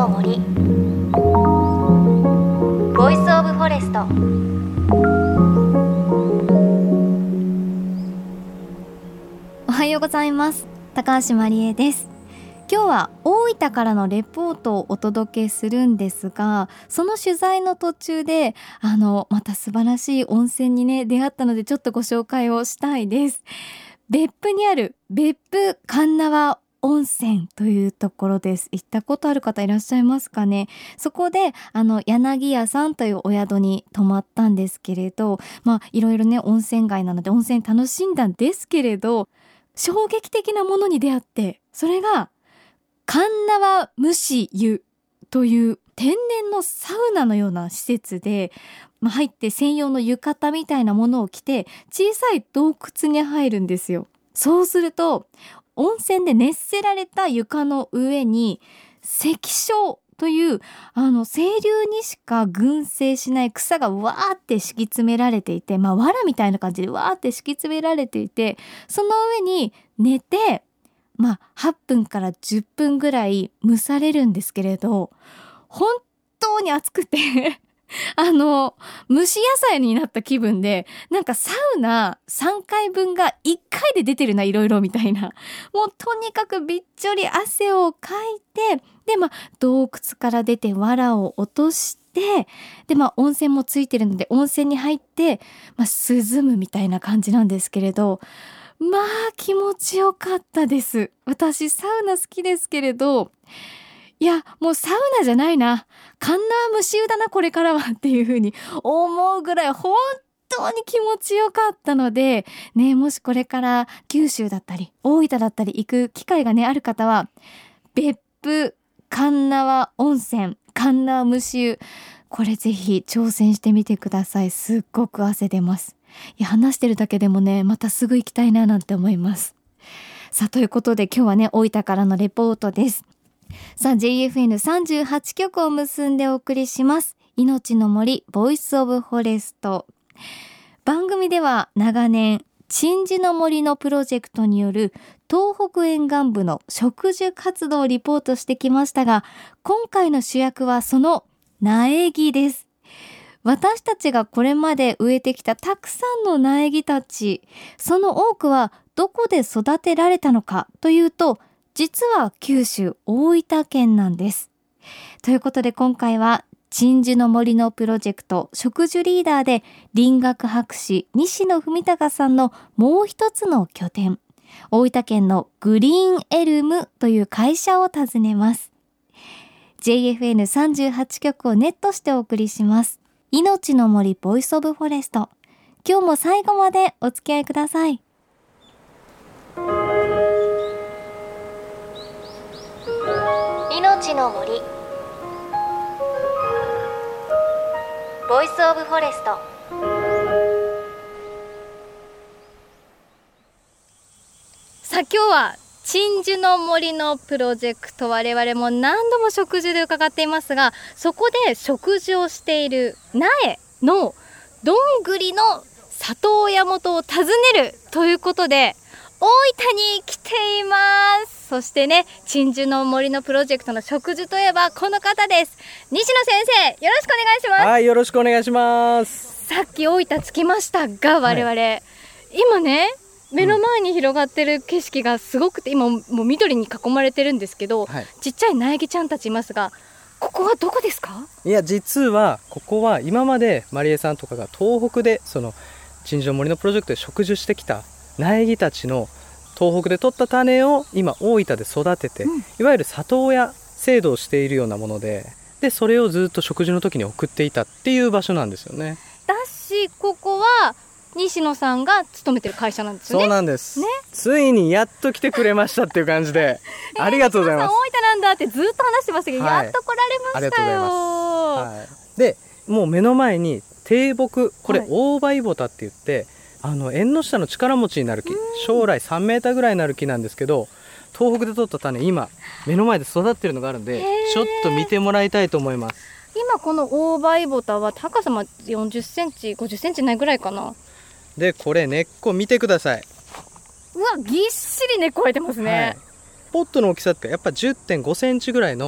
の森ボイスオブフォレスト。おはようございます。高橋まりえです。今日は大分からのレポートをお届けするんですが、その取材の途中でまた素晴らしい温泉にね出会ったので、ちょっとご紹介をしたいです。別府にある別府鉄輪温泉というところです。行ったことある方いらっしゃいますかね。そこで柳屋さんというお宿に泊まったんですけれど、いろいろね温泉街なので温泉楽しんだんですけれど、衝撃的なものに出会って、それが鉄輪蒸し湯という天然のサウナのような施設で、入って専用の浴衣みたいなものを着て小さい洞窟に入るんですよ。そうすると温泉で熱せられた床の上に石菖という清流にしか群生しない草がわーって敷き詰められていて、藁みたいな感じでわーって敷き詰められていて、その上に寝て8分から10分ぐらい蒸されるんですけれど、本当に暑くて蒸し野菜になった気分で、なんかサウナ3回分が1回で出てるな、いろいろみたいな。もうとにかくびっちょり汗をかいて、で洞窟から出て藁を落として、で温泉もついてるので温泉に入って涼むみたいな感じなんですけれど、気持ちよかったです。私サウナ好きですけれど、いやもうサウナじゃないな、鉄輪蒸し湯だなこれからはっていう風に思うぐらい本当に気持ちよかったのでね、もしこれから九州だったり大分だったり行く機会がねある方は、別府鉄輪温泉鉄輪蒸し湯、これぜひ挑戦してみてください。すっごく汗出ます。いや話してるだけでもね、またすぐ行きたいななんて思います。さあということで今日はね大分からのレポートです。さあ JFN38 局を結んでお送りします命の森ボイスオブフォレスト。番組では長年鎮守の森のプロジェクトによる東北沿岸部の植樹活動をリポートしてきましたが、今回の主役はその苗木です。私たちがこれまで植えてきたたくさんの苗木たち、その多くはどこで育てられたのかというと、実は九州大分県なんです。ということで今回は鎮守の森のプロジェクト植樹リーダーで林学博士西野文隆さんのもう一つの拠点、大分県のグリーンエルムという会社を訪ねます。 JFN38 局をネットしてお送りします命の森ボイスオブフォレスト。今日も最後までお付き合いください。命の森ボイスオブフォレスト。さあ今日は鎮守の森のプロジェクト、我々も何度も植樹で伺っていますが、そこで植樹をしている苗のどんぐりの里親元を訪ねるということで大分に来ています。そしてね、鎮守の森のプロジェクトの植樹といえばこの方です。西野先生、よろしくお願いします。 はい、よろしくお願いします。 さっき大分着きましたが、我々、今ね目の前に広がってる景色がすごくて、今もう緑に囲まれてるんですけど、ちっちゃい苗木ちゃんたちいますが、ここはどこですか？ いや実はここは今までまりえさんとかが東北でその鎮守の森のプロジェクトで植樹してきた苗木たちの東北で取った種を今大分で育てて、いわゆる里親制度をしているようなもので、それをずっと植樹の時に送っていたっていう場所なんですよね。 だしここは西野さんが勤めてる会社なんですよね。 そうなんです、ついにやっと来てくれましたっていう感じでありがとうございます。 西野さん大分なんだってずっと話してましたけど、やっと来られましたよ。ありがとうございます、 でもう目の前に低木、これ大葉イボタって言って、縁の下の力持ちになる木、将来3メーターぐらいになる木なんですけど、東北で取った種今目の前で育ってるのがあるんで、ちょっと見てもらいたいと思います。 今この大葉イボタは高さ40センチ50センチないぐらいかな。 でこれ根っこ見てください。 うわ、ぎっしり根っこ生えてますね、 ポットの大きさってやっぱ 10.5 センチぐらいの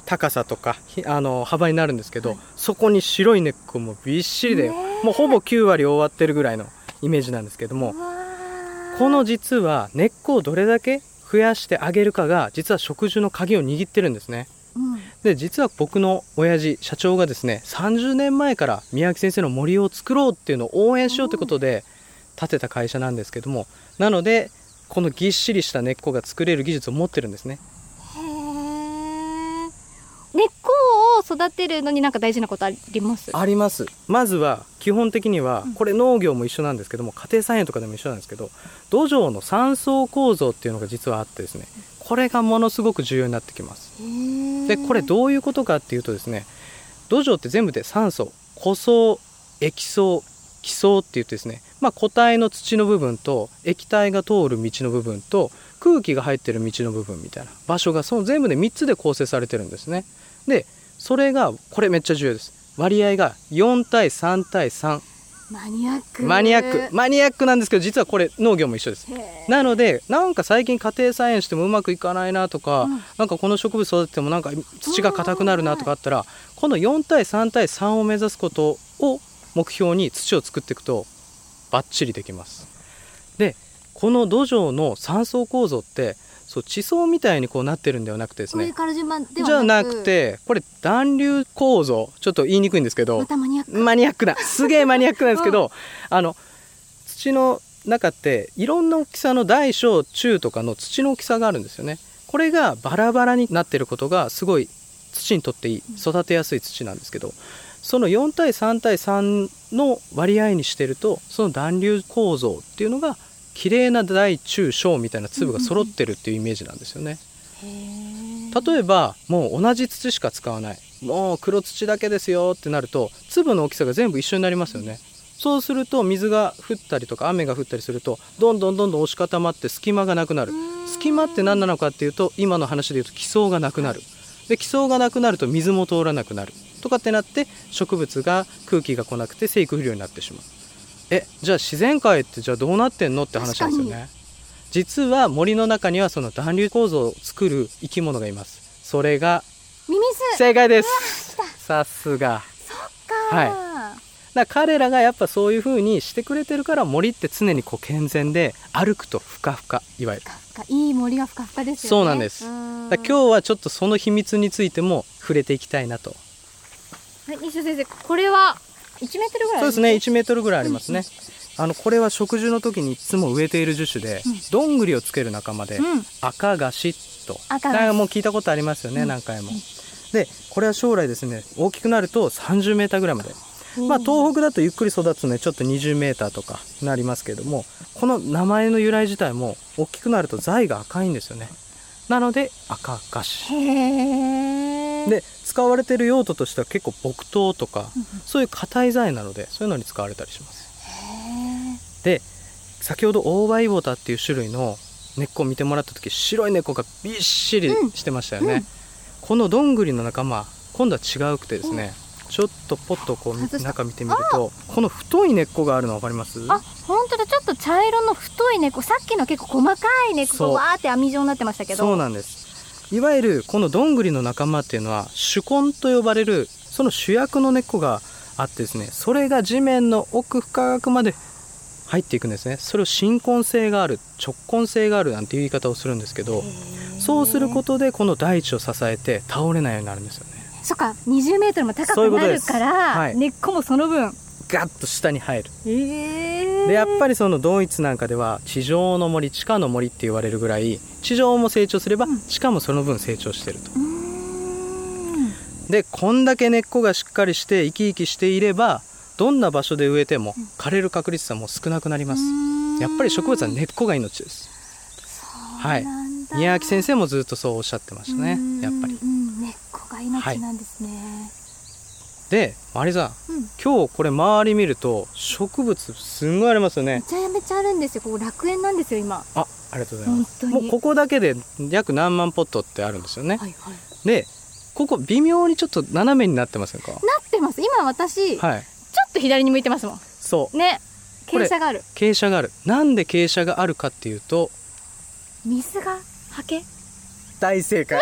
高さとか幅になるんですけど、そこに白い根っこもびっしりで、もうほぼ9割終わってるぐらいのイメージなんですけども、この実は根っこをどれだけ増やしてあげるかが実は植樹の鍵を握ってるんですね。で実は僕の親父社長がですね、30年前から宮脇先生の森を作ろうっていうのを応援しようということで建てた会社なんですけども、なのでこのぎっしりした根っこが作れる技術を持ってるんですね。 へー。根っこを育てるのになんか大事なことあります？ あります。まずは基本的にはこれ農業も一緒なんですけども、家庭菜園とかでも一緒なんですけど、土壌の3層構造っていうのが実はあってですね、これがものすごく重要になってきます。でこれどういうことかっていうとですね、土壌って全部で3層、固層、液層、基層って言ってですね、固体の土の部分と液体が通る道の部分と空気が入ってる道の部分みたいな場所がその全部で3つで構成されてるんですね。でそれがこれめっちゃ重要です。割合が4対3対3。マニアックなんですけど、実はこれ農業も一緒です。なのでなんか最近家庭菜園してもうまくいかないなとか、なんかこの植物育ててもなんか土が硬くなるなとかあったら、この4対3対3を目指すことを目標に土を作っていくとバッチリできます。でこの土壌の3層構造ってそう地層みたいにこうなってるんではなくてですね、 上から順番ではじゃなくて、これ暖流構造、ちょっと言いにくいんですけど、 またマニアックなすげえマニアックなんですけど、土の中っていろんな大きさの大小中とかの土の大きさがあるんですよね。これがバラバラになっていることがすごい土にとっていい、育てやすい土なんですけど、その4対3対3の割合にしてると、その暖流構造っていうのが綺麗な大中小みたいな粒が揃ってるっていうイメージなんですよね。例えばもう同じ土しか使わない、もう黒土だけですよってなると、粒の大きさが全部一緒になりますよね。そうすると水が降ったりとか雨が降ったりするとどんどん押し固まって隙間がなくなる。隙間って何なのかっていうと、今の話で言うと気層がなくなる。で気層がなくなると水も通らなくなるとかってなって、植物が空気が来なくて生育不良になってしまう。じゃあ自然界ってじゃあどうなってんのって話なんですよね。実は森の中にはその暖流構造を作る生き物がいます。それがミミズ。 正解です。さすが。 そっか、 だから彼らがやっぱそういう風にしてくれてるから、森って常にこう健全で歩くとふかふか、いわゆるいい森がふかふかですよね。 そうなんです。だから今日はちょっとその秘密についても触れていきたいなと。 西田先生、これは1メートルぐらいあるんですか？そうですね、1メートルぐらいありますね。これは植樹の時にいつも植えている樹種で、どんぐりをつける仲間で、赤ガシッと、もう聞いたことありますよね、何回も。でこれは将来ですね、大きくなると30メーターぐらいまで、東北だとゆっくり育つのでちょっと20メーターとかなりますけれども、この名前の由来自体も大きくなると材が赤いんですよね。なので赤ガシ。で使われている用途としては結構木刀とか、そういう硬い材なのでそういうのに使われたりします。で先ほどオオバイボタっていう種類の根っこを見てもらった時、白い根っこがびっしりしてましたよね。このどんぐりの仲間、今度は違うくてですね、ちょっとポッとこう中見てみると、この太い根っこがあるの分かります？ 本当だ、ちょっと茶色の太い根っこ、さっきの結構細かい根っこがわーって網状になってましたけど。 そうなんです。いわゆるこのどんぐりの仲間っていうのは主根と呼ばれるその主役の根っこがあってですね、それが地面の奥深くまで入っていくんですね。それを真根性がある、直根性があるなんていう言い方をするんですけど、そうすることでこの大地を支えて倒れないようになるんですよね。 そっか、20メートルも高くなるから、根っこもその分ガッと下に入る。でやっぱりそのドイツなんかでは地上の森、地下の森って言われるぐらい、地上も成長すれば地下もその分成長してると。でこんだけ根っこがしっかりして生き生きしていれば、どんな場所で植えても枯れる確率はもう少なくなります。やっぱり植物は根っこが命です。宮脇先生もずっとそうおっしゃってましたね。やっぱり根っこが命なんですね。 でマリさん、今日これ周り見ると植物すんごいありますよね。 めちゃあるんですよ。ここ楽園なんですよ今。 ありがとうございます。もうここだけで約何万ポットってあるんですよね。でここ微妙にちょっと斜めになってませんか？なってます。今私、ちょっと左に向いてますもん。 そうね、傾斜がある。 傾斜がある。なんで傾斜があるかっていうと、 水がはけ。 大正解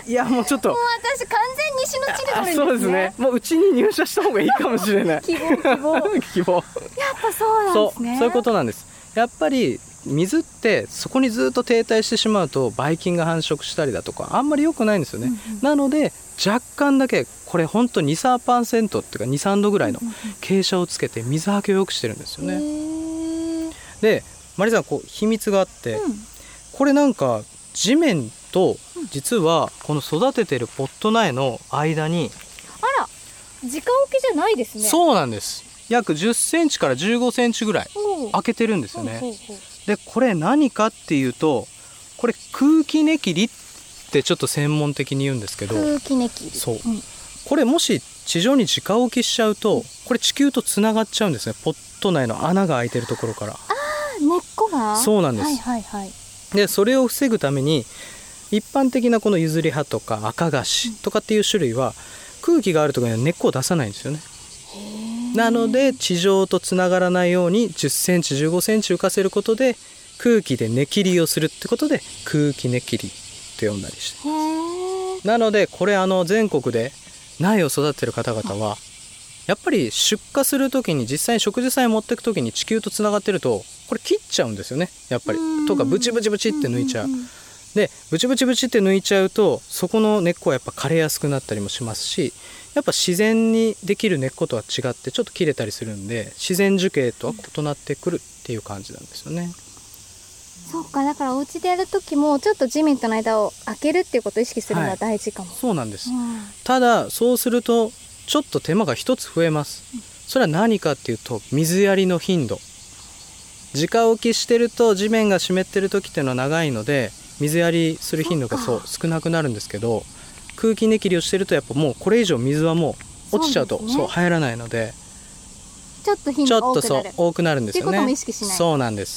いやもうちょっともう私完全に西のチルドレンですね。 そうですね、もううちに入社した方がいいかもしれない希望希望やっ希望ぱそうなんですね。 そういうことなんです。やっぱり水ってそこにずっと停滞してしまうとばい菌が繁殖したりだとかあんまり良くないんですよね、なので若干だけこれ本当 2,3% っていうか 2,3 度ぐらいの傾斜をつけて水はけを良くしてるんですよね。でマリさんこう秘密があって、これなんか地面と実はこの育ててるポット苗の間に、 あら直置きじゃないですね。 そうなんです、約10センチから15センチぐらい開けてるんですよね。でこれ何かっていうと、これ空気根切りってちょっと専門的に言うんですけど、 空気根切り、 そう、これもし地上に直置きしちゃうとこれ地球とつながっちゃうんですね。ポット内の穴が開いてるところから。 根っこが。 そうなんです、でそれを防ぐために一般的なこの譲り葉とか赤菓子とかっていう種類は空気があるところには根っこを出さないんですよね。なので地上とつながらないように10センチ15センチ浮かせることで空気で根切りをするってことで空気根切りって呼んだりして、なのでこれ全国で苗を育ててる方々はやっぱり出荷する時に実際に植樹祭持っていく時に地球とつながってるとこれ切っちゃうんですよね、やっぱり。とかブチブチブチって抜いちゃう。でブチブチブチって抜いちゃうとそこの根っこはやっぱ枯れやすくなったりもしますし、やっぱ自然にできる根っことは違ってちょっと切れたりするんで自然樹形とは異なってくるっていう感じなんですよね。 そうか、だからお家でやる時もちょっと地面との間を開けるっていうことを意識するのは大事かも、 そうなんです、ただそうするとちょっと手間が一つ増えます、それは何かっていうと水やりの頻度。直置きしてると地面が湿ってる時っていうのは長いので水やりする頻度が少なくなるんですけど、空気根切りをしてるとやっぱもうこれ以上水はもう落ちちゃうとそう入らないのでちょっと頻度が多くなる多くなるんですよね。 っていうことも意識しない。そうなんです。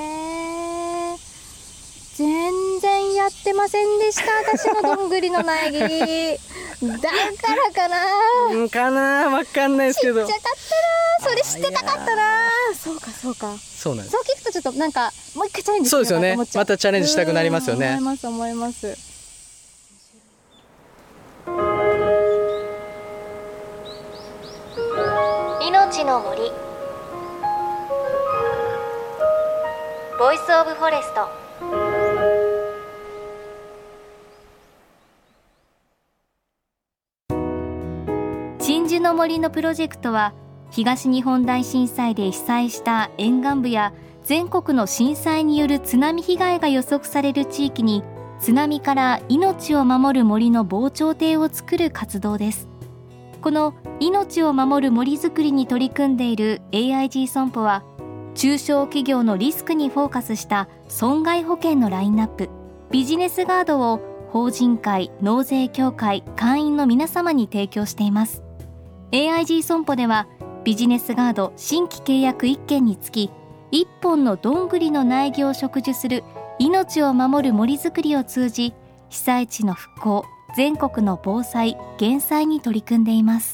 全然やってませんでした私のどんぐりの苗木だからかなかな、わかんないですけど、 ちっちゃかったな、それ知ってたかったな。そうかそうか、 そうなんです。 そう聞くとちょっとなんかもう一回チャレンジしそうですよね、 またチャレンジしたくなりますよね。 思います。命の森ボイスオブフォレスト。鎮守の森のプロジェクトは東日本大震災で被災した沿岸部や全国の震災による津波被害が予測される地域に津波から命を守る森の防潮堤を作る活動です。この命を守る森づくりに取り組んでいる AIG 損保は中小企業のリスクにフォーカスした損害保険のラインナップビジネスガードを法人会、納税協会、会員の皆様に提供しています。AIG 損保ではビジネスガード新規契約1件につき1本のどんぐりの苗木を植樹する命を守る森づくりを通じ被災地の復興、全国の防災・減災に取り組んでいます。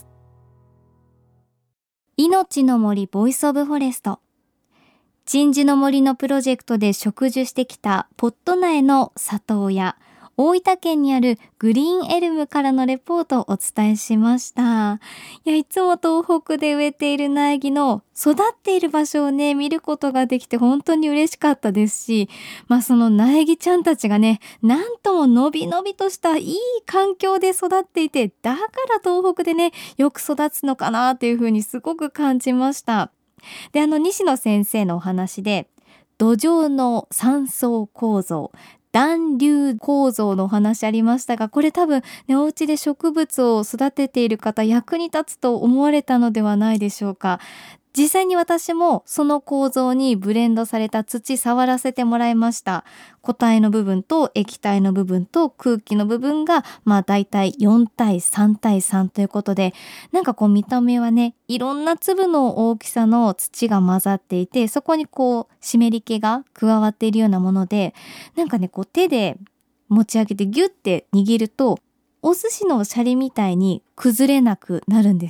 命の森ボイスオブフォレスト。鎮守の森のプロジェクトで植樹してきたポット苗の里親、大分県にあるグリーンエルムからのレポートをお伝えしました。いつも東北で植えている苗木の育っている場所をね見ることができて本当に嬉しかったですし、その苗木ちゃんたちがねなんとものびのびとしたいい環境で育っていて、だから東北でねよく育つのかなっていうふうにすごく感じました。で西野先生のお話で土壌の3層構造、暖流構造のお話ありましたが、これ多分ねお家で植物を育てている方役に立つと思われたのではないでしょうか。実際に私もその構造にブレンドされた土触らせてもらいました。固体の部分と液体の部分と空気の部分がだいたい4対3対3ということで、なんか見た目はねいろんな粒の大きさの土が混ざっていて、そこに湿り気が加わっているようなもので、なんかね手で持ち上げてギュッて握るとお寿司のシャリみたいに崩れなくなるんですよ。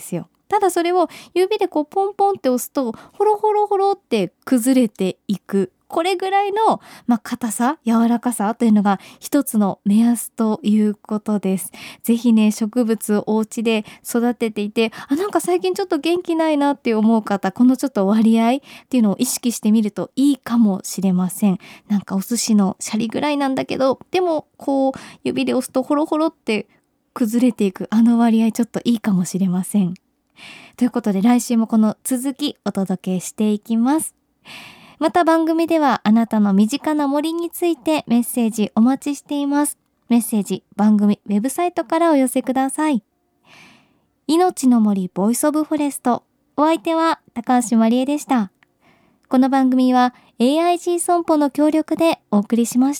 ただそれを指でこうポンポンって押すとホロホロホロって崩れていく、これぐらいの、硬さ、柔らかさというのが一つの目安ということです。ぜひね、植物をお家で育てていて、なんか最近ちょっと元気ないなって思う方、このちょっと割合っていうのを意識してみるといいかもしれません。なんかお寿司のシャリぐらいなんだけど、でもこう指で押すとホロホロって崩れていく割合ちょっといいかもしれません。ということで来週もこの続きお届けしていきます。また番組ではあなたの身近な森についてメッセージお待ちしています。メッセージ番組ウェブサイトからお寄せください。命の森ボイスオブフォレスト、お相手は高橋まりえでした。この番組は AIG 損保の協力でお送りしました。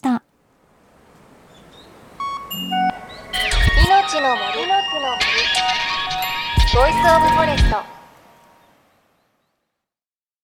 命の森ボイスオブフォレスト。